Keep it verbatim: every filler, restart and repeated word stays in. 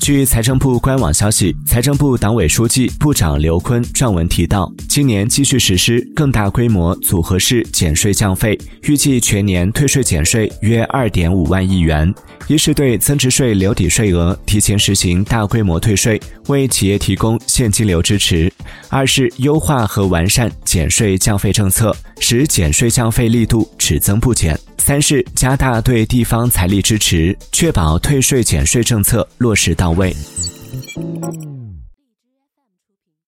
据财政部官网消息，财政部党委书记、部长刘昆撰文提到，今年继续实施更大规模组合式减税降费，预计全年退税减税约 二点五万亿元。一是对增值税留抵税额提前实行大规模退税，为企业提供现金流支持；二是优化和完善减税降费政策，使减税降费力度只增不减；三是加大对地方财力支持，确保退税减税政策落实到位。